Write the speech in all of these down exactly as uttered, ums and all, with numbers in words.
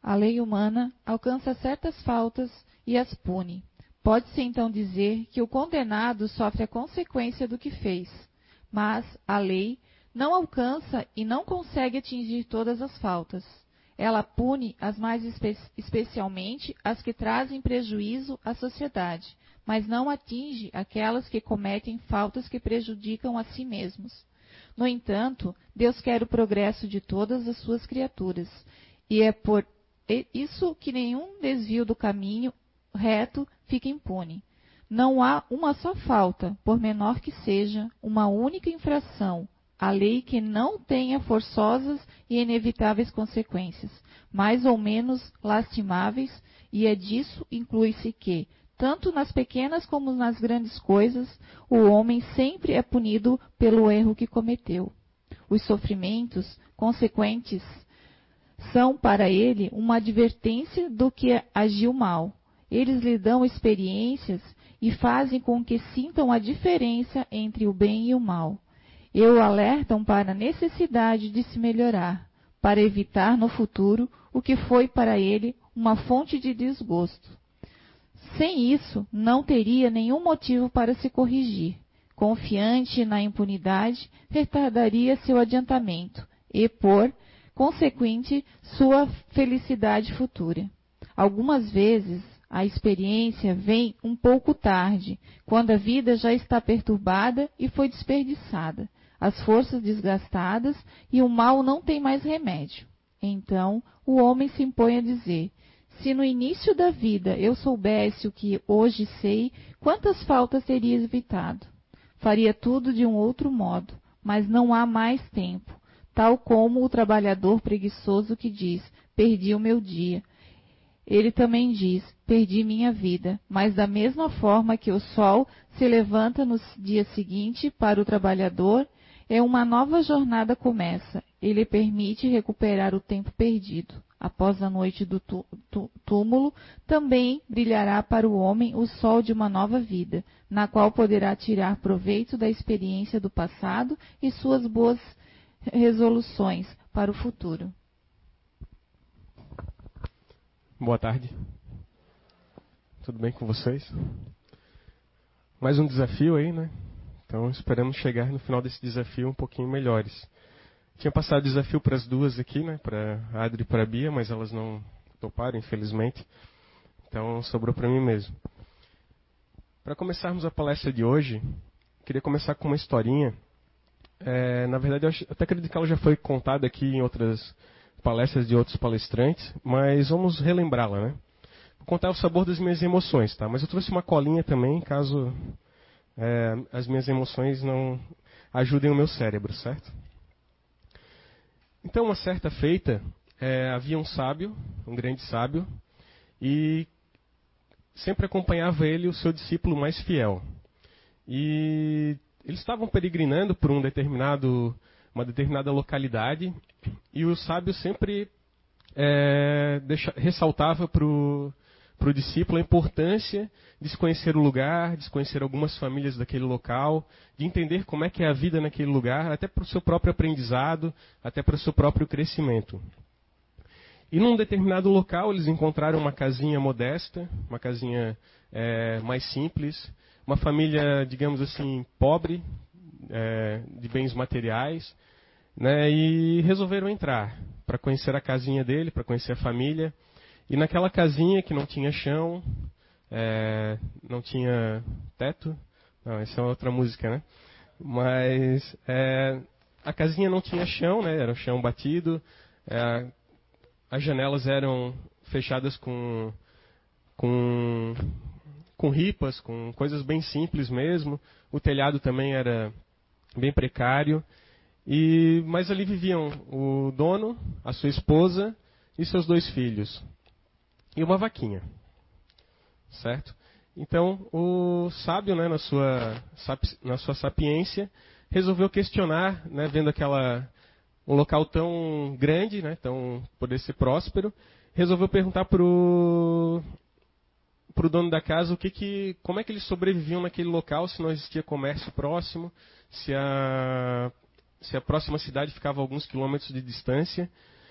A lei humana alcança certas faltas e as pune. Pode-se então dizer que o condenado sofre a consequência do que fez, mas a lei não alcança e não consegue atingir todas as faltas. Ela pune as mais espe- especialmente as que trazem prejuízo à sociedade, mas não atinge aquelas que cometem faltas que prejudicam a si mesmos. No entanto, Deus quer o progresso de todas as suas criaturas, e é por isso que nenhum desvio do caminho reto fica impune. Não há uma só falta, por menor que seja, uma única infração, a lei que não tenha forçosas e inevitáveis consequências, mais ou menos lastimáveis, e é disso inclui-se que, tanto nas pequenas como nas grandes coisas, o homem sempre é punido pelo erro que cometeu. Os sofrimentos consequentes são para ele uma advertência do que agiu mal. Eles lhe dão experiências e fazem com que sintam a diferença entre o bem e o mal. E o alertam para a necessidade de se melhorar, para evitar no futuro o que foi para ele uma fonte de desgosto. Sem isso, não teria nenhum motivo para se corrigir. Confiante na impunidade, retardaria seu adiantamento e, por consequente, sua felicidade futura. Algumas vezes, a experiência vem um pouco tarde, quando a vida já está perturbada e foi desperdiçada, as forças desgastadas e o mal não tem mais remédio. Então, o homem se impõe a dizer: se no início da vida eu soubesse o que hoje sei, quantas faltas teria evitado? Faria tudo de um outro modo, mas não há mais tempo, tal como o trabalhador preguiçoso que diz: perdi o meu dia. Ele também diz: perdi minha vida, mas da mesma forma que o sol se levanta no dia seguinte para o trabalhador, é uma nova jornada começa. Ele permite recuperar o tempo perdido. Após a noite do túmulo, também brilhará para o homem o sol de uma nova vida, na qual poderá tirar proveito da experiência do passado e suas boas resoluções para o futuro. Boa tarde. Tudo bem com vocês? Mais um desafio aí, né? Então esperamos chegar no final desse desafio um pouquinho melhores. Tinha passado o desafio para as duas aqui, né? Para a Adri e para a Bia, mas elas não toparam, infelizmente. Então sobrou para mim mesmo. Para começarmos a palestra de hoje, queria começar com uma historinha. É, na verdade, eu até acredito que ela já foi contada aqui em outras palestras de outros palestrantes, mas vamos relembrá-la, né? Vou contar o sabor das minhas emoções, tá? Mas eu trouxe uma colinha também, caso é, as minhas emoções não ajudem o meu cérebro, certo? Então, uma certa feita, é, havia um sábio, um grande sábio, e sempre acompanhava ele o seu discípulo mais fiel. E eles estavam peregrinando por um determinado, uma determinada localidade, e o sábio sempre é, deixa, ressaltava para o discípulo a importância de se conhecer o lugar, de se conhecer algumas famílias daquele local, de entender como é que é a vida naquele lugar, até para o seu próprio aprendizado, até para o seu próprio crescimento. E num determinado local eles encontraram uma casinha modesta, uma casinha é, mais simples, uma família, digamos assim, pobre, é, de bens materiais, né, e resolveram entrar para conhecer a casinha dele, para conhecer a família. E naquela casinha que não tinha chão, é, não tinha teto, não, essa é outra música, né? Mas é, a casinha não tinha chão, né? Era um chão batido, é, as janelas eram fechadas com, com, com ripas, com coisas bem simples mesmo. O telhado também era bem precário. E, mas ali viviam o dono, a sua esposa e seus dois filhos. E uma vaquinha. Certo? Então, o sábio, né, na, sua, na sua sapiência, resolveu questionar, né, vendo aquela, um local tão grande, né, tão poder ser próspero, resolveu perguntar para o dono da casa o que que, como é que eles sobreviviam naquele local, se não existia comércio próximo, se a, se a próxima cidade ficava a alguns quilômetros de distância.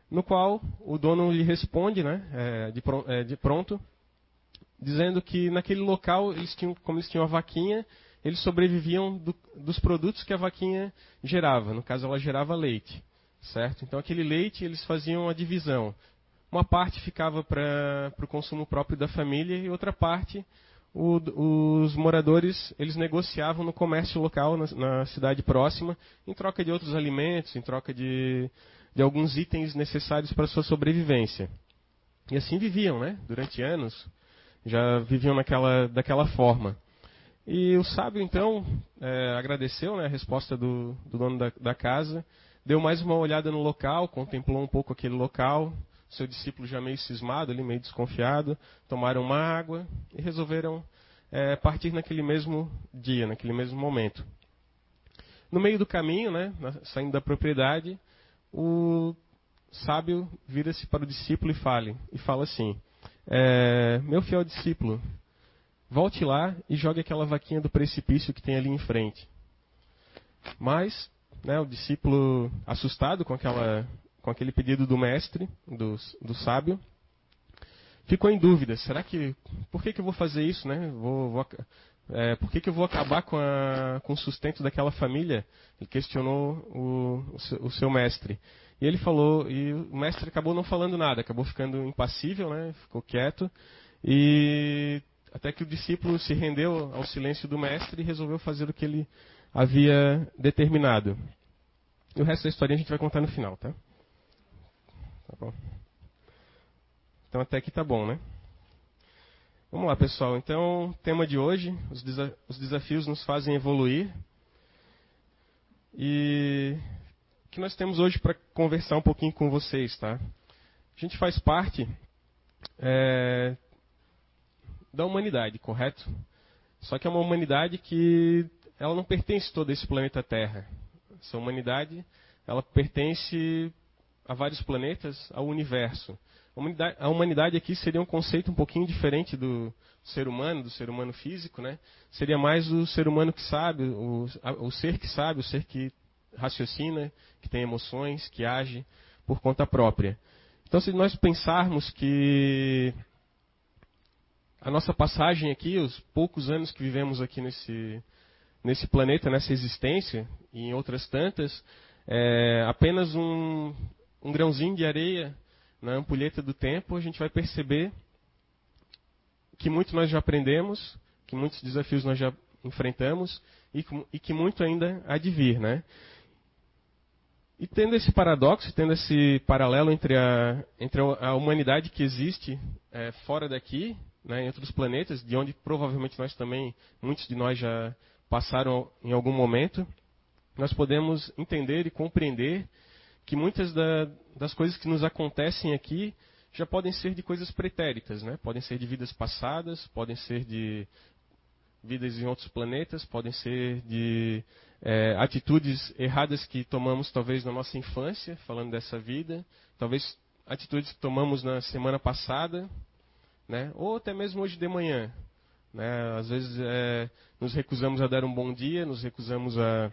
no qual o dono lhe responde, né, é, de, é, de pronto, dizendo que naquele local, eles tinham, como eles tinham a vaquinha, eles sobreviviam do, dos produtos que a vaquinha gerava. No caso, ela gerava leite, certo? Então, aquele leite, eles faziam a divisão. Uma parte ficava para o consumo próprio da família e outra parte, o, os moradores, eles negociavam no comércio local, na, na cidade próxima, em troca de outros alimentos, em troca de, de alguns itens necessários para a sua sobrevivência. E assim viviam, né? Durante anos, já viviam naquela, daquela forma. E o sábio, então, é, agradeceu, né, a resposta do, do dono da, da casa, deu mais uma olhada no local, contemplou um pouco aquele local, seu discípulo já meio cismado, ali, meio desconfiado, tomaram uma água e resolveram é, partir naquele mesmo dia, naquele mesmo momento. No meio do caminho, né, saindo da propriedade, o sábio vira-se para o discípulo e, fale, e fala assim, é, meu fiel discípulo, volte lá e jogue aquela vaquinha do precipício que tem ali em frente. Mas, né, o discípulo, assustado com, aquela, com aquele pedido do mestre, do, do sábio, ficou em dúvida. Será que, por que, que eu vou fazer isso, né? Vou, vou, é, por que, que eu vou acabar com, a, com o sustento daquela família? Ele questionou o, o, seu, o seu mestre. E ele falou, e o mestre acabou não falando nada, acabou ficando impassível, né? Ficou quieto. E até que o discípulo se rendeu ao silêncio do mestre e resolveu fazer o que ele havia determinado. E o resto da história a gente vai contar no final, tá? Tá bom. Então até aqui tá bom, né? Vamos lá, pessoal. Então, tema de hoje, os, desa- os desafios nos fazem evoluir. E o que nós temos hoje para conversar um pouquinho com vocês, tá? A gente faz parte é, da humanidade, correto? Só que é uma humanidade que ela não pertence toda a esse planeta Terra. Essa humanidade, ela pertence a vários planetas, ao universo. A humanidade, a humanidade aqui seria um conceito um pouquinho diferente do ser humano, do ser humano físico, né? Seria mais o ser humano que sabe, o, o ser que sabe, o ser que raciocina, que tem emoções, que age por conta própria. Então, se nós pensarmos que a nossa passagem aqui, os poucos anos que vivemos aqui nesse, nesse planeta, nessa existência, e em outras tantas, é apenas um, um grãozinho de areia na ampulheta do tempo, a gente vai perceber que muito nós já aprendemos, que muitos desafios nós já enfrentamos e, e que muito ainda há de vir, né? E tendo esse paradoxo, tendo esse paralelo entre a, entre a humanidade que existe é, fora daqui, né, em outros planetas, de onde provavelmente nós também, muitos de nós já passaram em algum momento, nós podemos entender e compreender que muitas da, das coisas que nos acontecem aqui já podem ser de coisas pretéritas, né? Podem ser de vidas passadas, podem ser de vidas em outros planetas, podem ser de é, atitudes erradas que tomamos talvez na nossa infância, falando dessa vida, talvez atitudes que tomamos na semana passada, né? Ou até mesmo hoje de manhã. Né? Às vezes é, nos recusamos a dar um bom dia, nos recusamos a,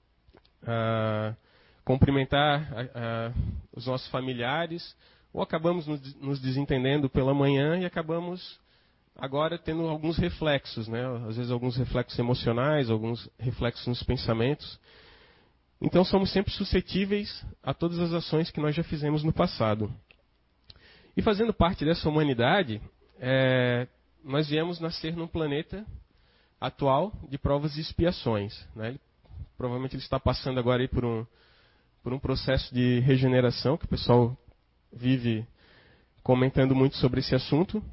a cumprimentar a, a, os nossos familiares, ou acabamos nos, nos desentendendo pela manhã e acabamos agora tendo alguns reflexos, né? Às vezes alguns reflexos emocionais, alguns reflexos nos pensamentos. Então somos sempre suscetíveis a todas as ações que nós já fizemos no passado. E fazendo parte dessa humanidade, é, nós viemos nascer num planeta atual de provas e expiações. Né? Ele, provavelmente ele está passando agora aí por um, por um processo de regeneração, que o pessoal vive comentando muito sobre esse assunto.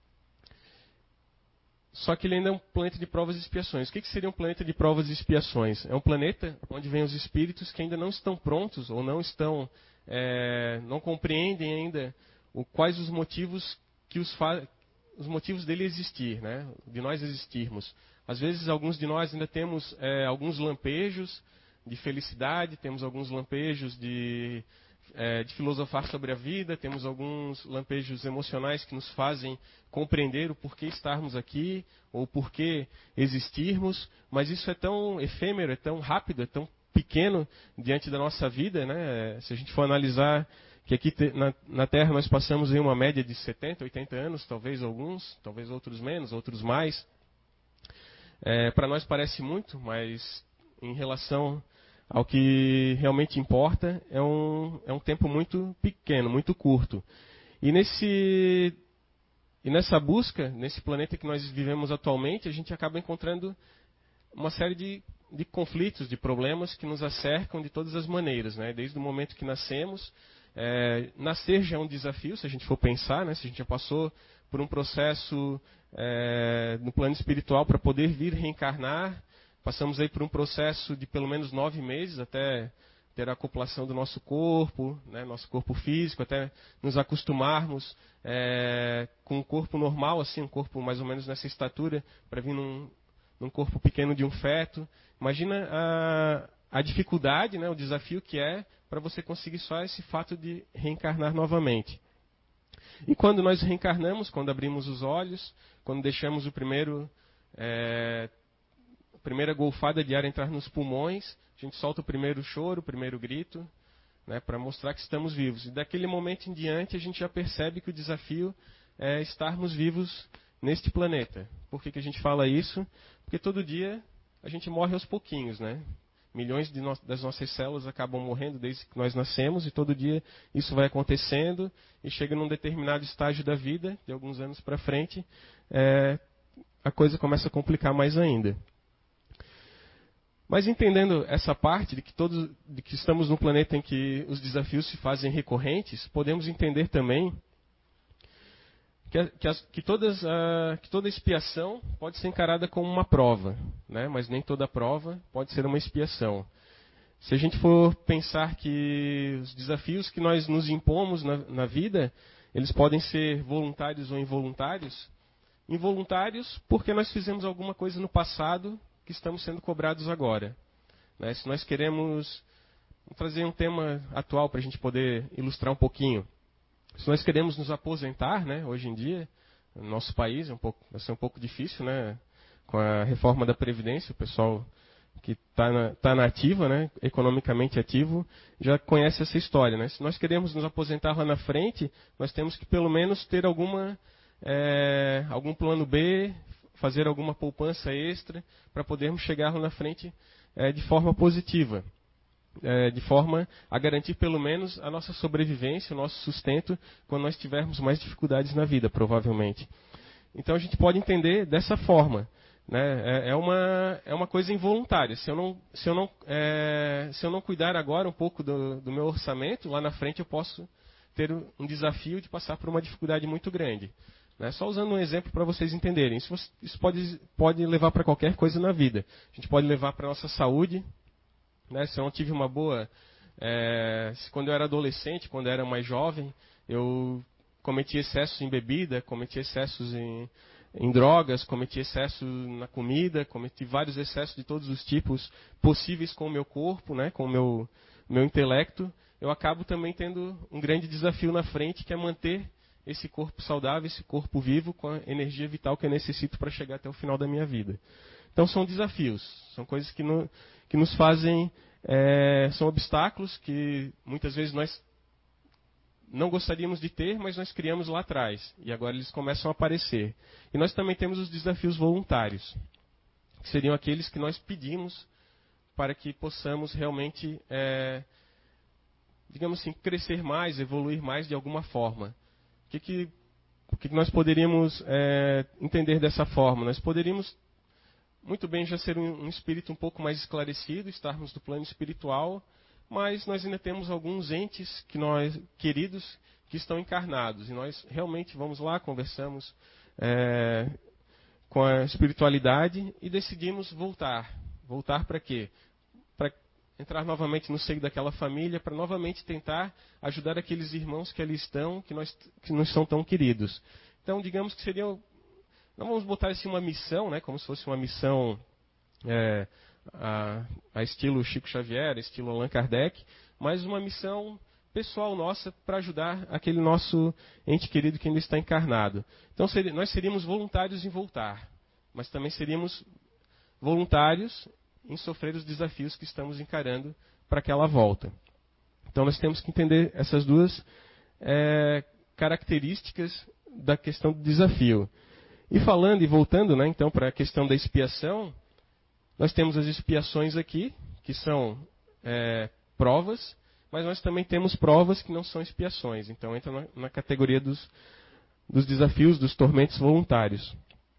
Só que ele ainda é um planeta de provas e expiações. O que seria um planeta de provas e expiações? É um planeta onde vêm os espíritos que ainda não estão prontos ou não estão, é, não compreendem ainda o, quais os motivos que os fa os motivos dele existir, né? De nós existirmos. Às vezes alguns de nós ainda temos é, alguns lampejos de felicidade, temos alguns lampejos de É, de filosofar sobre a vida, temos alguns lampejos emocionais que nos fazem compreender o porquê estarmos aqui, ou o porquê existirmos, mas isso é tão efêmero, é tão rápido, é tão pequeno diante da nossa vida, né? Se a gente for analisar que aqui te, na, na Terra nós passamos em uma média de setenta, oitenta anos, talvez alguns, talvez outros menos, outros mais. É, para nós parece muito, mas em relação ao que realmente importa, é um, é um tempo muito pequeno, muito curto. E, nesse, e nessa busca, nesse planeta que nós vivemos atualmente, a gente acaba encontrando uma série de, de conflitos, de problemas que nos acercam de todas as maneiras, né? Desde o momento que nascemos. É, nascer já é um desafio, se a gente for pensar, né? Se a gente já passou por um processo é, no plano espiritual para poder vir reencarnar, passamos aí por um processo de pelo menos nove meses até ter a acoplação do nosso corpo, né? Nosso corpo físico, até nos acostumarmos é, com um corpo normal, assim, um corpo mais ou menos nessa estatura, para vir num, num corpo pequeno de um feto. Imagina a, a dificuldade, né? O desafio que é para você conseguir só esse fato de reencarnar novamente. E quando nós reencarnamos, quando abrimos os olhos, quando deixamos o primeiro, é, a primeira golfada de ar entrar nos pulmões, a gente solta o primeiro choro, o primeiro grito, né, para mostrar que estamos vivos. E daquele momento em diante a gente já percebe que o desafio é estarmos vivos neste planeta. Por que que a gente fala isso? Porque todo dia a gente morre aos pouquinhos, né? Milhões de no, das nossas células acabam morrendo desde que nós nascemos, e todo dia isso vai acontecendo, e chega num determinado estágio da vida, de alguns anos para frente, é, a coisa começa a complicar mais ainda. Mas entendendo essa parte de que, todos, de que estamos num planeta em que os desafios se fazem recorrentes, podemos entender também que, que, as, que, todas, uh, que toda expiação pode ser encarada como uma prova, né? Mas nem toda prova pode ser uma expiação. Se a gente for pensar que os desafios que nós nos impomos na, na vida, eles podem ser voluntários ou involuntários. Involuntários porque nós fizemos alguma coisa no passado que estamos sendo cobrados agora, né? Se nós queremos vou trazer um tema atual para a gente poder ilustrar um pouquinho. Se nós queremos nos aposentar, né, hoje em dia, no nosso país, é um pouco, vai ser um pouco difícil, né, com a reforma da Previdência, o pessoal que está na, tá na ativa, né, economicamente ativo, já conhece essa história, né? Se nós queremos nos aposentar lá na frente, nós temos que pelo menos ter alguma, é, algum plano B, fazer alguma poupança extra, para podermos chegar lá na frente é, de forma positiva. É, de forma a garantir pelo menos a nossa sobrevivência, o nosso sustento, quando nós tivermos mais dificuldades na vida, provavelmente. Então a gente pode entender dessa forma, né? É, é, uma, é uma coisa involuntária. Se eu não, se eu não, é, se eu não cuidar agora um pouco do, do meu orçamento, lá na frente eu posso ter um desafio de passar por uma dificuldade muito grande. Né? Só usando um exemplo para vocês entenderem. Isso, isso pode, pode levar para qualquer coisa na vida. A gente pode levar para a nossa saúde. Né? Se eu não tive uma boa... É, quando eu era adolescente, quando eu era mais jovem, eu cometi excessos em bebida, cometi excessos em, em drogas, cometi excessos na comida, cometi vários excessos de todos os tipos possíveis com o meu corpo, né? Com o meu, meu intelecto. Eu acabo também tendo um grande desafio na frente, que é manter esse corpo saudável, esse corpo vivo, com a energia vital que eu necessito para chegar até o final da minha vida. Então são desafios, são coisas que, no, que nos fazem, é, são obstáculos que muitas vezes nós não gostaríamos de ter, mas nós criamos lá atrás, e agora eles começam a aparecer. E nós também temos os desafios voluntários, que seriam aqueles que nós pedimos para que possamos realmente, é, digamos assim, crescer mais, evoluir mais de alguma forma. O que, que, o que nós poderíamos é, entender dessa forma? Nós poderíamos muito bem já ser um, um espírito um pouco mais esclarecido, estarmos no plano espiritual, mas nós ainda temos alguns entes que nós, queridos que estão encarnados. E nós realmente vamos lá, conversamos é, com a espiritualidade e decidimos voltar. Voltar para quê? Para entrar novamente no seio daquela família, para novamente tentar ajudar aqueles irmãos que ali estão, que, nós, que nos são tão queridos. Então, digamos que seria... Não vamos botar assim uma missão, né, como se fosse uma missão é, a, a estilo Chico Xavier, estilo Allan Kardec, mas uma missão pessoal nossa para ajudar aquele nosso ente querido que ainda está encarnado. Então seria, nós seríamos voluntários em voltar, mas também seríamos voluntários em sofrer os desafios que estamos encarando para aquela volta. Então nós temos que entender essas duas é, características da questão do desafio. E falando e voltando, né, então, para a questão da expiação, nós temos as expiações aqui, que são é, provas, mas nós também temos provas que não são expiações. Então entra na, na categoria dos, dos desafios, dos tormentos voluntários.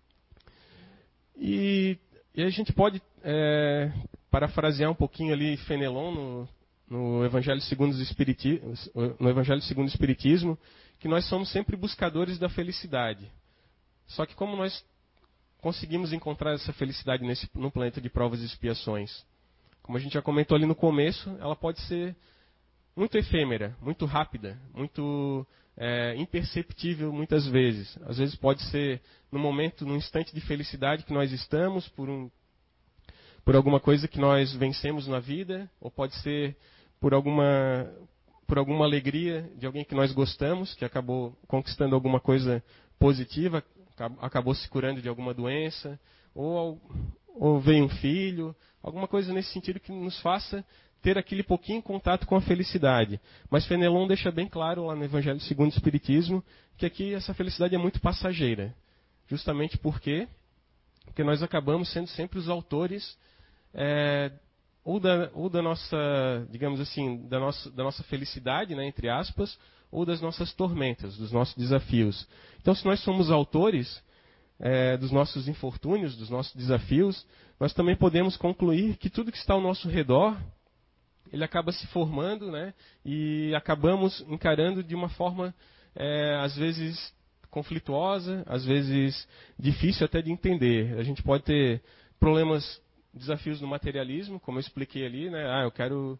E, e a gente pode é, parafrasear um pouquinho ali Fenelon no, no Evangelho segundo os Espiriti, no Evangelho segundo o Espiritismo, que nós somos sempre buscadores da felicidade. Só que como nós conseguimos encontrar essa felicidade nesse, no planeta de provas e expiações? Como a gente já comentou ali no começo, ela pode ser muito efêmera, muito rápida, muito é, imperceptível muitas vezes. Às vezes pode ser no momento, num instante de felicidade que nós estamos, por, um, por alguma coisa que nós vencemos na vida, ou pode ser por alguma, por alguma alegria de alguém que nós gostamos, que acabou conquistando alguma coisa positiva, acabou se curando de alguma doença, ou, ou veio um filho, alguma coisa nesse sentido que nos faça ter aquele pouquinho contato com a felicidade. Mas Fenelon deixa bem claro lá no Evangelho segundo o Espiritismo que aqui essa felicidade é muito passageira. Justamente porque, porque nós acabamos sendo sempre os autores é, ou, da, ou da nossa, digamos assim, da nossa, da nossa felicidade, né, entre aspas, ou das nossas tormentas, dos nossos desafios. Então, se nós somos autores é, dos nossos infortúnios, dos nossos desafios, nós também podemos concluir que tudo que está ao nosso redor, ele acaba se formando, né, e acabamos encarando de uma forma, é, às vezes, conflituosa, às vezes difícil até de entender. A gente pode ter problemas, desafios no materialismo, como eu expliquei ali, né? Ah, eu quero...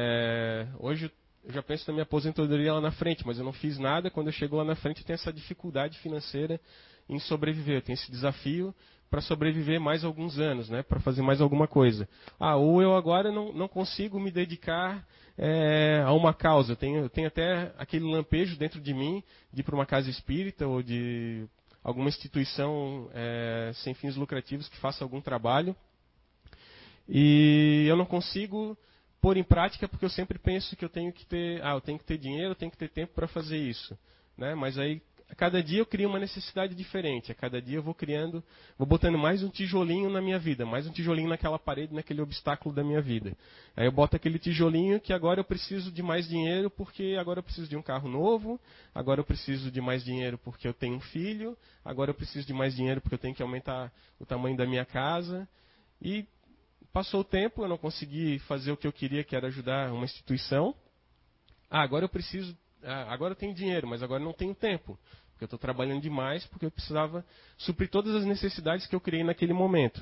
É, hoje eu já penso na minha aposentadoria lá na frente, mas eu não fiz nada. Quando eu chego lá na frente, eu tenho essa dificuldade financeira em sobreviver. Eu tenho esse desafio para sobreviver mais alguns anos, né? Para fazer mais alguma coisa. Ah, ou eu agora não, não consigo me dedicar é, a uma causa. Eu tenho, eu tenho até aquele lampejo dentro de mim de ir para uma casa espírita ou de alguma instituição é, sem fins lucrativos que faça algum trabalho. E eu não consigo pôr em prática porque eu sempre penso que eu tenho que ter, ah, eu tenho que ter dinheiro, eu tenho que ter tempo para fazer isso, né? Mas aí a cada dia eu crio uma necessidade diferente, a cada dia eu vou criando, vou botando mais um tijolinho na minha vida, mais um tijolinho naquela parede, naquele obstáculo da minha vida. Aí eu boto aquele tijolinho que agora eu preciso de mais dinheiro porque agora eu preciso de um carro novo, agora eu preciso de mais dinheiro porque eu tenho um filho, agora eu preciso de mais dinheiro porque eu tenho que aumentar o tamanho da minha casa. E passou o tempo, eu não consegui fazer o que eu queria, que era ajudar uma instituição. Ah, agora eu preciso, ah, agora eu tenho dinheiro, mas agora não tenho tempo. Porque eu estou trabalhando demais, porque eu precisava suprir todas as necessidades que eu criei naquele momento.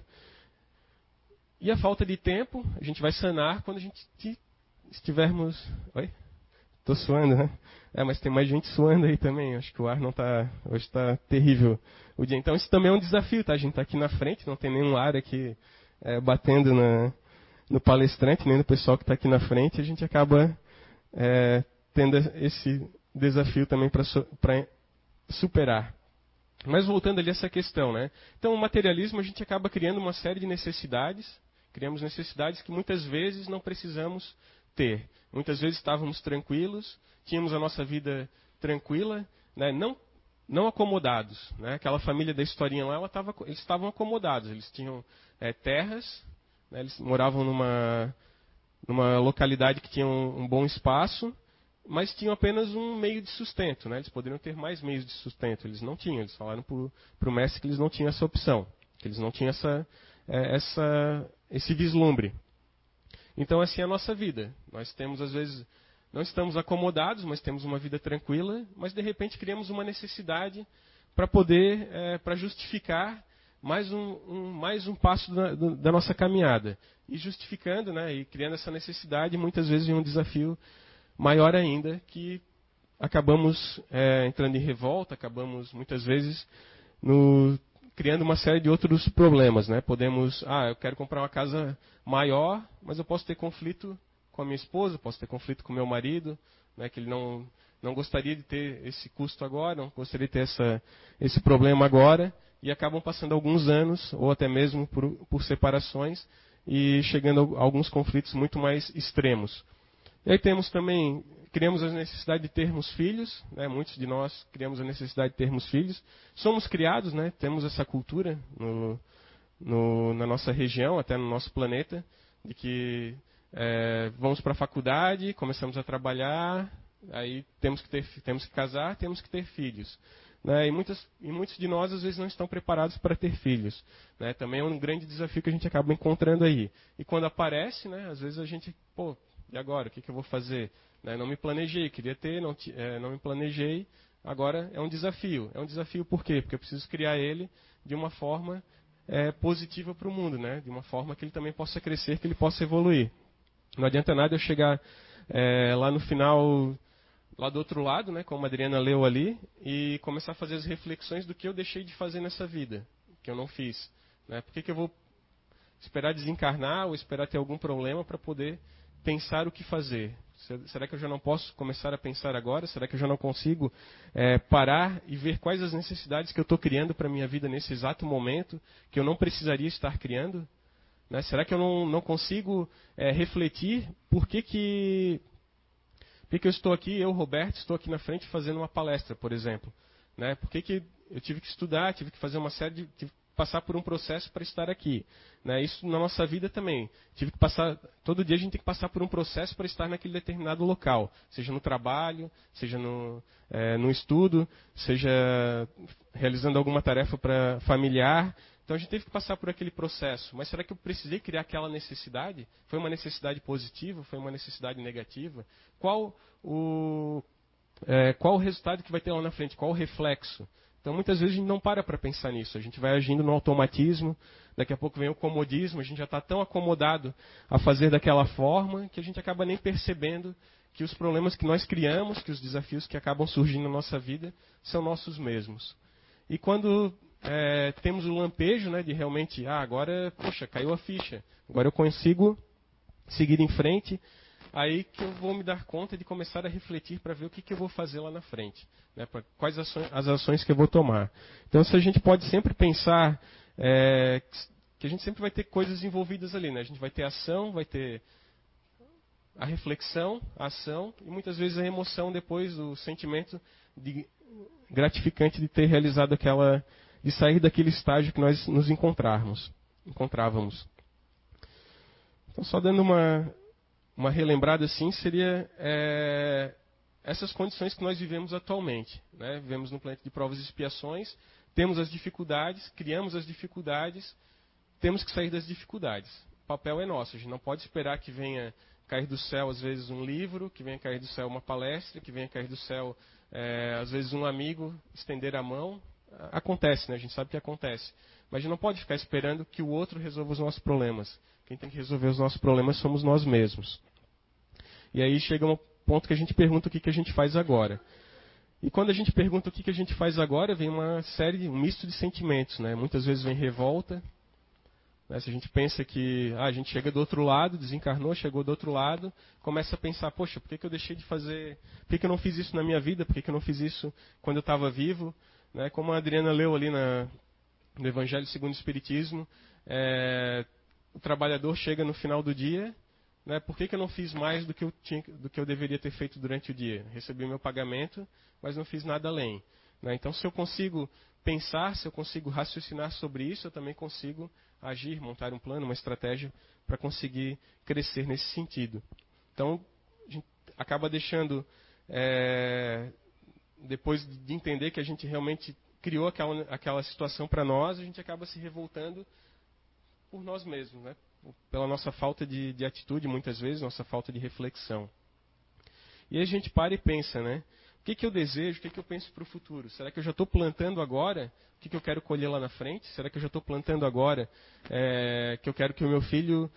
E a falta de tempo, a gente vai sanar quando a gente estivermos... Oi? Estou suando, né? É, mas tem mais gente suando aí também. Acho que o ar não está... Hoje está terrível o dia. Então isso também é um desafio, tá? A gente está aqui na frente, não tem nenhum ar aqui é, batendo na, no palestrante, nem no pessoal que está aqui na frente. A gente acaba é, tendo esse desafio também para superar. Mas voltando ali a essa questão, né? Então, o materialismo, a gente acaba criando uma série de necessidades, criamos necessidades que muitas vezes não precisamos ter. Muitas vezes estávamos tranquilos, tínhamos a nossa vida tranquila, né? não, não acomodados. Né? Aquela família da historinha lá, ela tava, eles estavam acomodados, eles tinham é, terras, né? Eles moravam numa, numa localidade que tinha um, um bom espaço, mas tinham apenas um meio de sustento, né? Eles poderiam ter mais meios de sustento, eles não tinham. Eles falaram para o mestre que eles não tinham essa opção, que eles não tinham essa, é, essa, esse vislumbre. Então, assim é a nossa vida. Nós temos, às vezes, não estamos acomodados, mas temos uma vida tranquila, mas, de repente, criamos uma necessidade para poder, é, para justificar mais um, um, mais um passo da, da nossa caminhada. E justificando, né, e criando essa necessidade, muitas vezes, em um desafio maior ainda, que acabamos é, entrando em revolta, acabamos muitas vezes no, criando uma série de outros problemas. Né? Podemos, ah, eu quero comprar uma casa maior, mas eu posso ter conflito com a minha esposa, posso ter conflito com o meu marido, né, que ele não, não gostaria de ter esse custo agora, não gostaria de ter essa, esse problema agora, e acabam passando alguns anos, ou até mesmo por, por separações, e chegando a alguns conflitos muito mais extremos. E aí temos também, criamos a necessidade de termos filhos, né? Muitos de nós criamos a necessidade de termos filhos. Somos criados, né? Temos essa cultura no, no, na nossa região, até no nosso planeta, de que é, vamos para a faculdade, começamos a trabalhar, aí temos que, ter, temos que casar, temos que ter filhos. Né? E, muitas, e muitos de nós, às vezes, não estão preparados para ter filhos. Né? Também é um grande desafio que a gente acaba encontrando aí. E quando aparece, né, às vezes a gente, pô, e agora? O que, que eu vou fazer? Né? Não me planejei, queria ter, não, é, não me planejei. Agora é um desafio. É um desafio por quê? Porque eu preciso criar ele de uma forma é, positiva para o mundo, né? De uma forma que ele também possa crescer, que ele possa evoluir. Não adianta nada eu chegar é, lá no final, lá do outro lado, né, como a Adriana leu ali, e começar a fazer as reflexões do que eu deixei de fazer nessa vida, que eu não fiz. Né? Por que, que eu vou esperar desencarnar ou esperar ter algum problema para poder pensar o que fazer? Será que eu já não posso começar a pensar agora? Será que eu já não consigo é, parar e ver quais as necessidades que eu estou criando para a minha vida nesse exato momento, que eu não precisaria estar criando? Né? Será que eu não, não consigo é, refletir por que, que, por que, que eu estou aqui, eu, Roberto, estou aqui na frente fazendo uma palestra, por exemplo? Né? Por que, que eu tive que estudar, tive que fazer uma série de... Tive que passar por um processo para estar aqui. Né? Isso na nossa vida também. Tive que passar, todo dia a gente tem que passar por um processo para estar naquele determinado local. Seja no trabalho, seja no, é, no estudo, seja realizando alguma tarefa pra, familiar. Então a gente teve que passar por aquele processo. Mas será que eu precisei criar aquela necessidade? Foi uma necessidade positiva? Foi uma necessidade negativa? Qual o, é, qual o resultado que vai ter lá na frente? Qual o reflexo? Então muitas vezes a gente não para para pensar nisso. A gente vai agindo no automatismo. Daqui a pouco vem o comodismo. A gente já está tão acomodado a fazer daquela forma que a gente acaba nem percebendo que os problemas que nós criamos, que os desafios que acabam surgindo na nossa vida, são nossos mesmos. E quando é, temos o lampejo, né, de realmente, ah, agora, poxa, caiu a ficha, agora eu consigo seguir em frente, aí que eu vou me dar conta de começar a refletir para ver o que, que eu vou fazer lá na frente, né, pra, quais ações, as ações que eu vou tomar. Então, se a gente pode sempre pensar é, que a gente sempre vai ter coisas envolvidas ali, né, a gente vai ter ação, vai ter a reflexão, a ação e muitas vezes a emoção depois, o sentimento de gratificante de ter realizado aquela, de sair daquele estágio que nós nos encontrarmos, encontrávamos. Então, só dando uma, uma relembrada assim, seria é, essas condições que nós vivemos atualmente. Né? Vivemos num planeta de provas e expiações, temos as dificuldades, criamos as dificuldades, temos que sair das dificuldades. O papel é nosso, a gente não pode esperar que venha cair do céu, às vezes, um livro, que venha cair do céu uma palestra, que venha cair do céu, é, às vezes, um amigo estender a mão. Acontece, né? A gente sabe que acontece. Mas a gente não pode ficar esperando que o outro resolva os nossos problemas. Quem tem que resolver os nossos problemas somos nós mesmos. E aí chega um ponto que a gente pergunta o que, que a gente faz agora. E quando a gente pergunta o que, que a gente faz agora, vem uma série, um misto de sentimentos. Né? Muitas vezes vem revolta. Né? Se a gente pensa que ah, a gente chega do outro lado, desencarnou, chegou do outro lado, começa a pensar, poxa, por que, que eu deixei de fazer, por que, que eu não fiz isso na minha vida, por que, que eu não fiz isso quando eu estava vivo? Né? Como a Adriana leu ali na, no Evangelho segundo o Espiritismo, é, o trabalhador chega no final do dia, né, por que, que eu não fiz mais do que, eu tinha, do que eu deveria ter feito durante o dia? Recebi o meu pagamento, mas não fiz nada além. Né? Então, se eu consigo pensar, se eu consigo raciocinar sobre isso, eu também consigo agir, montar um plano, uma estratégia para conseguir crescer nesse sentido. Então, a gente acaba deixando, é, depois de entender que a gente realmente criou aquela, aquela situação para nós, a gente acaba se revoltando por nós mesmos, né? Pela nossa falta de, de atitude, muitas vezes, nossa falta de reflexão. E aí a gente para e pensa, né? O que, que eu desejo, o que, que eu penso para o futuro? Será que eu já estou plantando agora o que, que eu quero colher lá na frente? Será que eu já estou plantando agora é, que eu quero que o meu filho,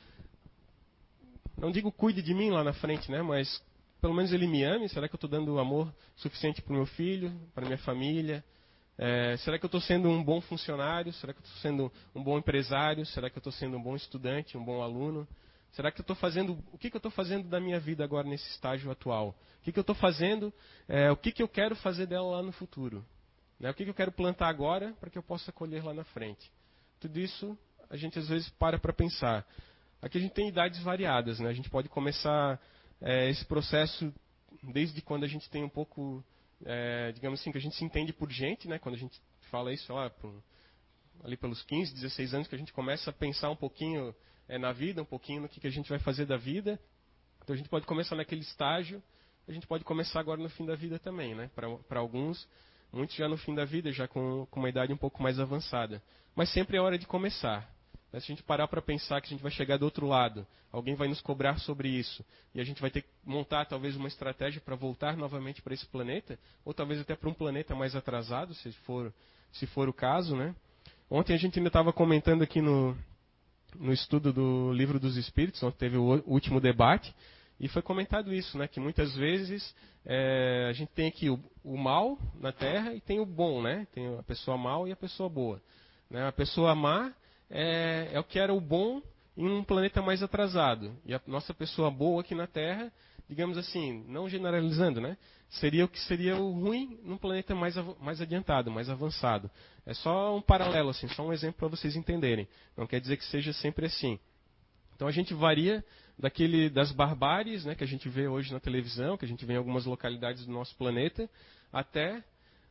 não digo cuide de mim lá na frente, né? Mas pelo menos ele me ame? Será que eu estou dando amor suficiente para o meu filho, para a minha família? É, será que eu estou sendo um bom funcionário? Será que eu estou sendo um bom empresário? Será que eu estou sendo um bom estudante, um bom aluno? Será que eu estou fazendo... O que, que eu estou fazendo da minha vida agora nesse estágio atual? O que, que eu estou fazendo? É, o que, que eu quero fazer dela lá no futuro? Né? O que, que eu quero plantar agora para que eu possa colher lá na frente? Tudo isso a gente às vezes para para pensar. Aqui a gente tem idades variadas, né? A gente pode começar é, esse processo, desde quando a gente tem um pouco, é, digamos assim, que a gente se entende por gente, né? Quando a gente fala isso, sei lá, por, ali pelos quinze, dezesseis anos, que a gente começa a pensar um pouquinho é, na vida, um pouquinho no que, que a gente vai fazer da vida. Então a gente pode começar naquele estágio, a gente pode começar agora no fim da vida também, né? Para alguns, muitos já no fim da vida, já com, com uma idade um pouco mais avançada. Mas sempre é hora de começar. Se a gente parar para pensar que a gente vai chegar do outro lado, alguém vai nos cobrar sobre isso, e a gente vai ter que montar talvez uma estratégia para voltar novamente para esse planeta, ou talvez até para um planeta mais atrasado, se for, se for o caso, né? Ontem a gente ainda estava comentando aqui no, no estudo do Livro dos Espíritos, onde teve o último debate, e foi comentado isso, né? Que muitas vezes é, a gente tem aqui o, o mal na Terra e tem o bom, né? Tem a pessoa mal e a pessoa boa. Né? A pessoa má é, é o que era o bom em um planeta mais atrasado. E a nossa pessoa boa aqui na Terra, digamos assim, não generalizando, né? Seria o que seria o ruim num planeta mais, mais adiantado, mais avançado. É só um paralelo, assim, só um exemplo para vocês entenderem. Não quer dizer que seja sempre assim. Então a gente varia daquele, das barbáries, né, que a gente vê hoje na televisão, que a gente vê em algumas localidades do nosso planeta, até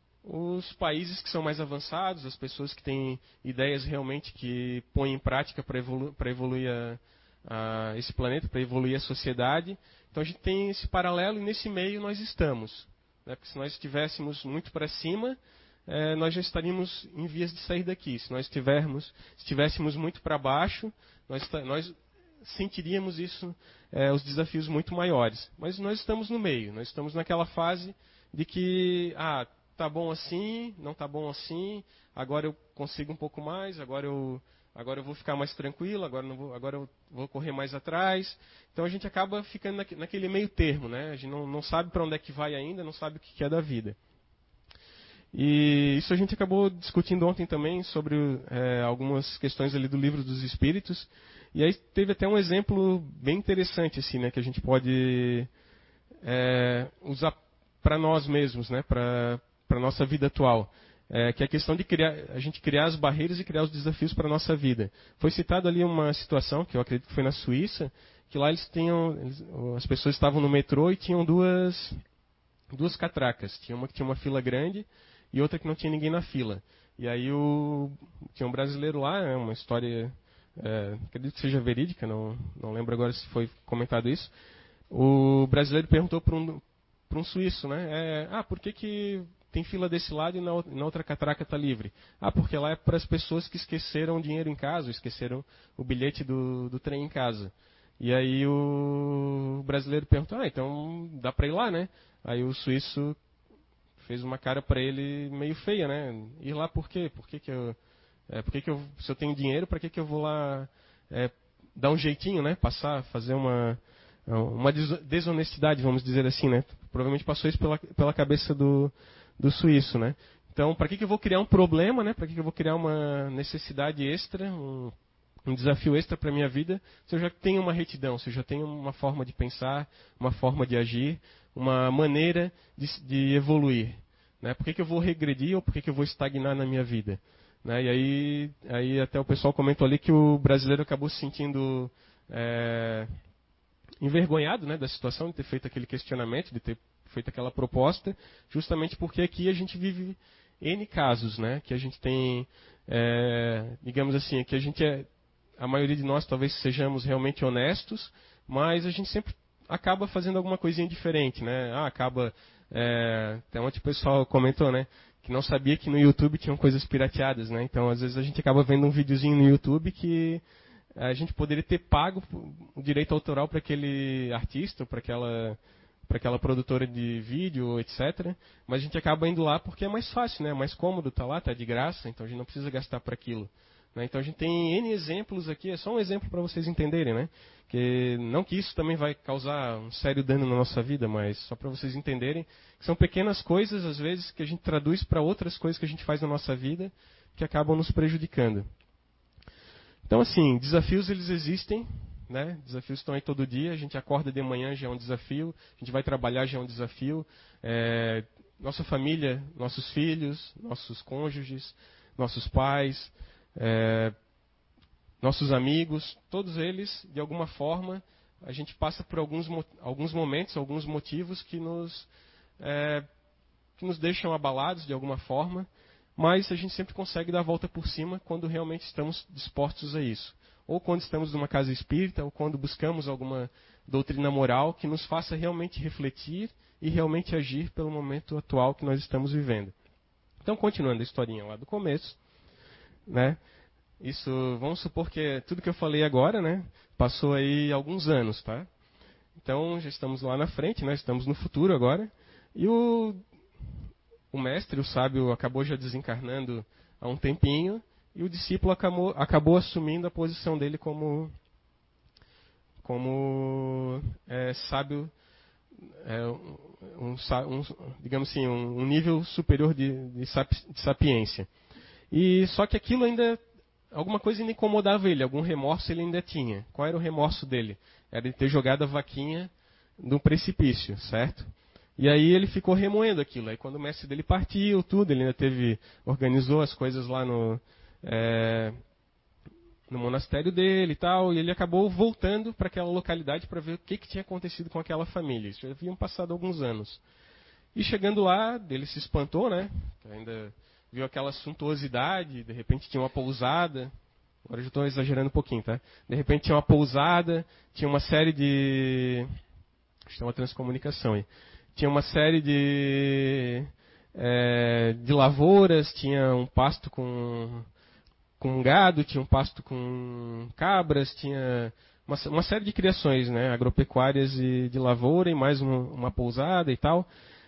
os países que são mais avançados, as pessoas que têm ideias realmente que põem em prática para evolu evoluir a, a esse planeta, para evoluir a sociedade. Então a gente tem esse paralelo e nesse meio nós estamos. Né? Porque se nós estivéssemos muito para cima, é, nós já estaríamos em vias de sair daqui. Se nós estivermos, se estivéssemos muito para baixo, nós, nós sentiríamos isso, é, os desafios muito maiores. Mas nós estamos no meio, nós estamos naquela fase de que, ah, tá bom assim, não tá bom assim, agora eu consigo um pouco mais, agora eu, agora eu vou ficar mais tranquilo, agora, não vou, agora eu vou correr mais atrás. Então a gente acaba ficando naquele meio termo, né? A gente não, não sabe para onde é que vai ainda, não sabe o que é da vida. E isso a gente acabou discutindo ontem também sobre é, algumas questões ali do Livro dos Espíritos. E aí teve até um exemplo bem interessante assim, né, que a gente pode é, usar para nós mesmos, né, para para a nossa vida atual, é, que é a questão de criar, a gente criar as barreiras e criar os desafios para a nossa vida. Foi citado ali uma situação, que eu acredito que foi na Suíça, que lá eles tinham, eles, as pessoas estavam no metrô e tinham duas, duas catracas. Tinha uma que tinha uma fila grande e outra que não tinha ninguém na fila. E aí o, tinha um brasileiro lá, né, uma história, é, acredito que seja verídica, não, não lembro agora se foi comentado isso. O brasileiro perguntou para um, para um suíço, né, é, ah, por que que tem fila desse lado e na outra catraca está livre? Ah, porque lá é para as pessoas que esqueceram o dinheiro em casa, esqueceram o bilhete do, do trem em casa. E aí o brasileiro perguntou, ah, então dá para ir lá, né? Aí o suíço fez uma cara para ele meio feia, né? Ir lá por quê? Por que que eu, é, por que que eu, se eu tenho dinheiro, para que que eu vou lá é, dar um jeitinho, né? Passar, fazer uma uma desonestidade, vamos dizer assim, né? Provavelmente passou isso pela, pela cabeça do, do suíço, né? Então, para que que eu vou criar um problema, né? Para que que eu vou criar uma necessidade extra, um, um desafio extra para a minha vida, se eu já tenho uma retidão, se eu já tenho uma forma de pensar, uma forma de agir, uma maneira de, de evoluir, né? Por que que eu vou regredir ou por que que eu vou estagnar na minha vida? Né? E aí, aí até o pessoal comentou ali que o brasileiro acabou se sentindo é, envergonhado, né, da situação, de ter feito aquele questionamento, de ter feito aquela proposta, justamente porque aqui a gente vive N casos, né, que a gente tem, é, digamos assim, que a gente é, a maioria de nós talvez sejamos realmente honestos, mas a gente sempre acaba fazendo alguma coisinha diferente, né, ah, acaba, é, até ontem o pessoal comentou, né, que não sabia que no YouTube tinham coisas pirateadas, né, então às vezes a gente acaba vendo um videozinho no YouTube que a gente poderia ter pago o direito autoral para aquele artista, para aquela, para aquela produtora de vídeo, etcétera. Mas a gente acaba indo lá porque é mais fácil, né? É mais cômodo, tá lá, tá de graça, então a gente não precisa gastar para aquilo. Né? Então a gente tem N exemplos aqui, é só um exemplo para vocês entenderem, né? Que, não que isso também vai causar um sério dano na nossa vida, mas só para vocês entenderem que são pequenas coisas, às vezes, que a gente traduz para outras coisas que a gente faz na nossa vida que acabam nos prejudicando. Então, assim, desafios eles existem, né? Desafios estão aí todo dia. A gente acorda de manhã, já é um desafio. A gente vai trabalhar, já é um desafio. É, nossa família, nossos filhos, nossos cônjuges, nossos pais, é, nossos amigos, todos eles, de alguma forma, a gente passa por alguns, alguns momentos, alguns motivos que nos, é, que nos deixam abalados de alguma forma, mas a gente sempre consegue dar a volta por cima quando realmente estamos dispostos a isso. Ou quando estamos numa casa espírita, ou quando buscamos alguma doutrina moral que nos faça realmente refletir e realmente agir pelo momento atual que nós estamos vivendo. Então, continuando a historinha lá do começo, né? Isso, vamos supor que tudo que eu falei agora, né, passou aí alguns anos, tá? Então, já estamos lá na frente, né, estamos no futuro agora, e o, o mestre, o sábio, acabou já desencarnando há um tempinho, e o discípulo acabou, acabou assumindo a posição dele como, como é, sábio, é, um, um, digamos assim, um, um nível superior de, de, de sapiência. E só que aquilo ainda, alguma coisa ainda incomodava ele, algum remorso ele ainda tinha. Qual era o remorso dele? Era de ter jogado a vaquinha no precipício, certo? E aí ele ficou remoendo aquilo. Aí quando o mestre dele partiu, tudo, ele ainda teve, organizou as coisas lá no, é, no monastério dele e tal, e ele acabou voltando para aquela localidade para ver o que, que tinha acontecido com aquela família. Isso já haviam passado alguns anos. E chegando lá, ele se espantou, né? Ainda viu aquela suntuosidade, de repente tinha uma pousada. Agora eu já estou exagerando um pouquinho, tá? De repente tinha uma pousada, tinha uma série de... Acho que é uma transcomunicação aí. Tinha uma série de, é, de lavouras, tinha um pasto com, com gado, tinha um pasto com cabras, tinha uma, uma série de criações, né? Agropecuárias e de lavoura e mais uma, uma pousada e tal.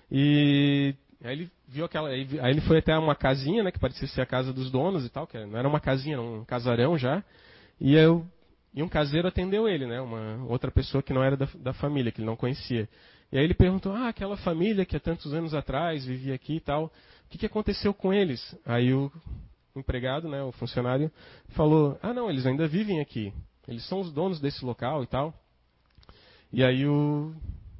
E aí ele viu aquela, aí ele foi até uma casinha, né, que parecia ser a casa dos donos e tal, que não era uma casinha, era um casarão já. E, eu, e um caseiro atendeu ele, né, uma outra pessoa que não era da, da família, que ele não conhecia. E aí ele perguntou: ah, aquela família que há tantos anos atrás vivia aqui e tal, o que, que aconteceu com eles? Aí o empregado, né, o funcionário, falou: ah, não, eles ainda vivem aqui. Eles são os donos desse local e tal. E aí o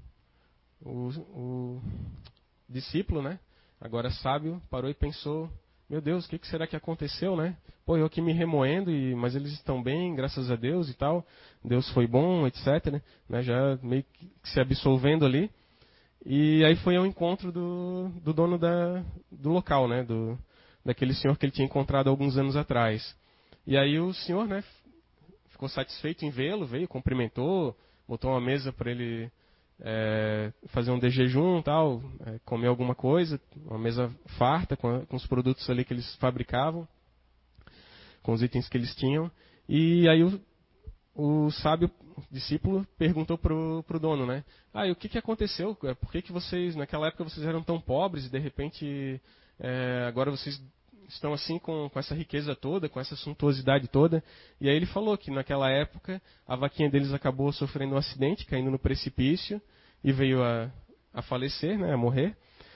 O, o discípulo, né, agora sábio, parou e pensou: meu Deus, o que, que será que aconteceu, né? Pô, eu aqui me remoendo, e, mas eles estão bem, graças a Deus e tal. Deus foi bom, etcétera. Né, já meio que se absolvendo ali. E aí foi ao encontro do, do dono da, do local, né, do, daquele senhor que ele tinha encontrado alguns anos atrás. E aí o senhor, né, ficou satisfeito em vê-lo, veio, cumprimentou, botou uma mesa para ele... É, fazer um de jejum, tal, é, comer alguma coisa, uma mesa farta com, a, com os produtos ali que eles fabricavam, com os itens que eles tinham. E aí o, o sábio discípulo perguntou pro, pro dono, né? Ah, e o que, que aconteceu? Por que, que vocês, naquela época, vocês eram tão pobres e de repente é, agora vocês estão assim com, com essa riqueza toda, com essa suntuosidade toda? E aí ele falou que naquela época a vaquinha deles acabou sofrendo um acidente, caindo no precipício e veio a, a falecer, né, a morrer.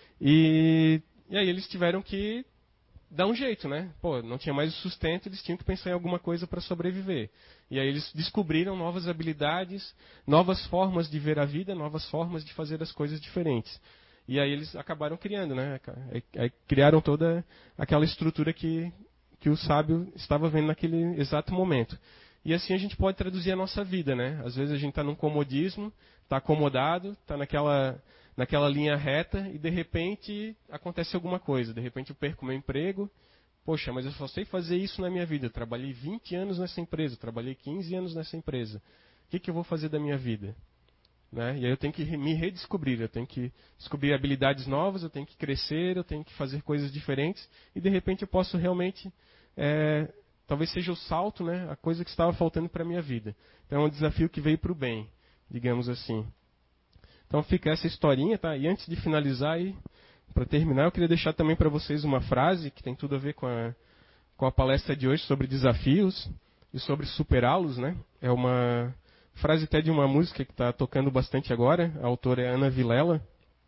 E, e aí eles tiveram que dar um jeito, né? Pô, não tinha mais o sustento, eles tinham que pensar em alguma coisa para sobreviver. E aí eles descobriram novas habilidades, novas formas de ver a vida, novas formas de fazer as coisas diferentes. E aí eles acabaram criando, né? Aí criaram toda aquela estrutura que, que o sábio estava vendo naquele exato momento. E assim a gente pode traduzir a nossa vida, né? Às vezes a gente está num comodismo, está acomodado, está naquela, naquela linha reta e de repente acontece alguma coisa. De repente eu perco meu emprego. Poxa, mas eu só sei fazer isso na minha vida. Eu trabalhei vinte anos nessa empresa, eu trabalhei quinze anos nessa empresa. O que, que eu vou fazer da minha vida? Né? E aí eu tenho que me redescobrir, eu tenho que descobrir habilidades novas, eu tenho que crescer, eu tenho que fazer coisas diferentes e de repente eu posso realmente, é, talvez seja o salto, né, a coisa que estava faltando para a minha vida. Então é um desafio que veio para o bem, digamos assim. Então fica essa historinha, tá? E antes de finalizar, para terminar, eu queria deixar também para vocês uma frase que tem tudo a ver com a, com a palestra de hoje sobre desafios e sobre superá-los, né? É uma frase até de uma música que está tocando bastante agora, a autora é Ana Vilela.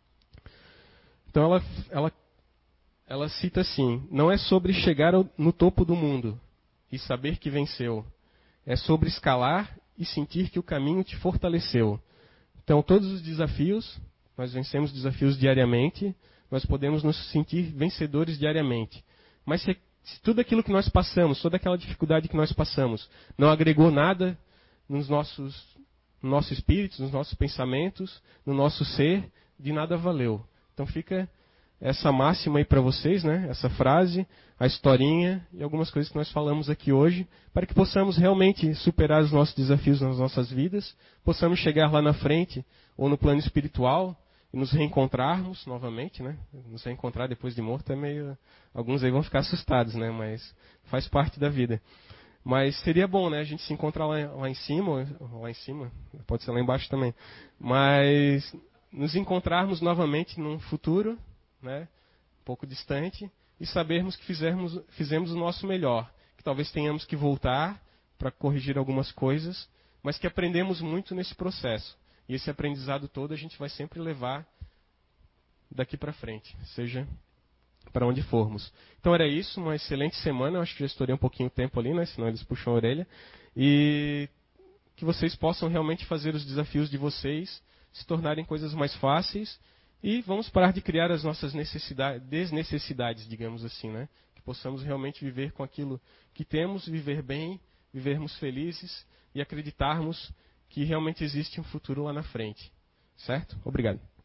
Então ela, ela, ela cita assim: não é sobre chegar ao, no topo do mundo e saber que venceu, é sobre escalar e sentir que o caminho te fortaleceu. Então todos os desafios, nós vencemos desafios diariamente, nós podemos nos sentir vencedores diariamente. Mas se, se tudo aquilo que nós passamos, toda aquela dificuldade que nós passamos, não agregou nada nos nossos, no nosso espírito, nos nossos pensamentos, no nosso ser, de nada valeu. Então fica essa máxima aí para vocês, né? Essa frase, a historinha e algumas coisas que nós falamos aqui hoje, para que possamos realmente superar os nossos desafios nas nossas vidas, possamos chegar lá na frente, ou no plano espiritual, e nos reencontrarmos novamente, né? Nos reencontrar depois de morto é meio... Alguns aí vão ficar assustados, né? Mas faz parte da vida. Mas seria bom, né? A gente se encontrar lá, lá em cima, lá em cima, pode ser lá embaixo também. Mas nos encontrarmos novamente num futuro, né? Um pouco distante, e sabermos que fizemos, fizemos o nosso melhor. Que talvez tenhamos que voltar para corrigir algumas coisas, mas que aprendemos muito nesse processo. E esse aprendizado todo a gente vai sempre levar daqui para frente, seja para onde formos. Então era isso, uma excelente semana. Eu acho que já estourei um pouquinho o tempo ali, né? Senão eles puxam a orelha. E que vocês possam realmente fazer os desafios de vocês se tornarem coisas mais fáceis. E vamos parar de criar as nossas necessidades, desnecessidades, digamos assim, né? Que possamos realmente viver com aquilo que temos, viver bem, vivermos felizes e acreditarmos que realmente existe um futuro lá na frente. Certo? Obrigado.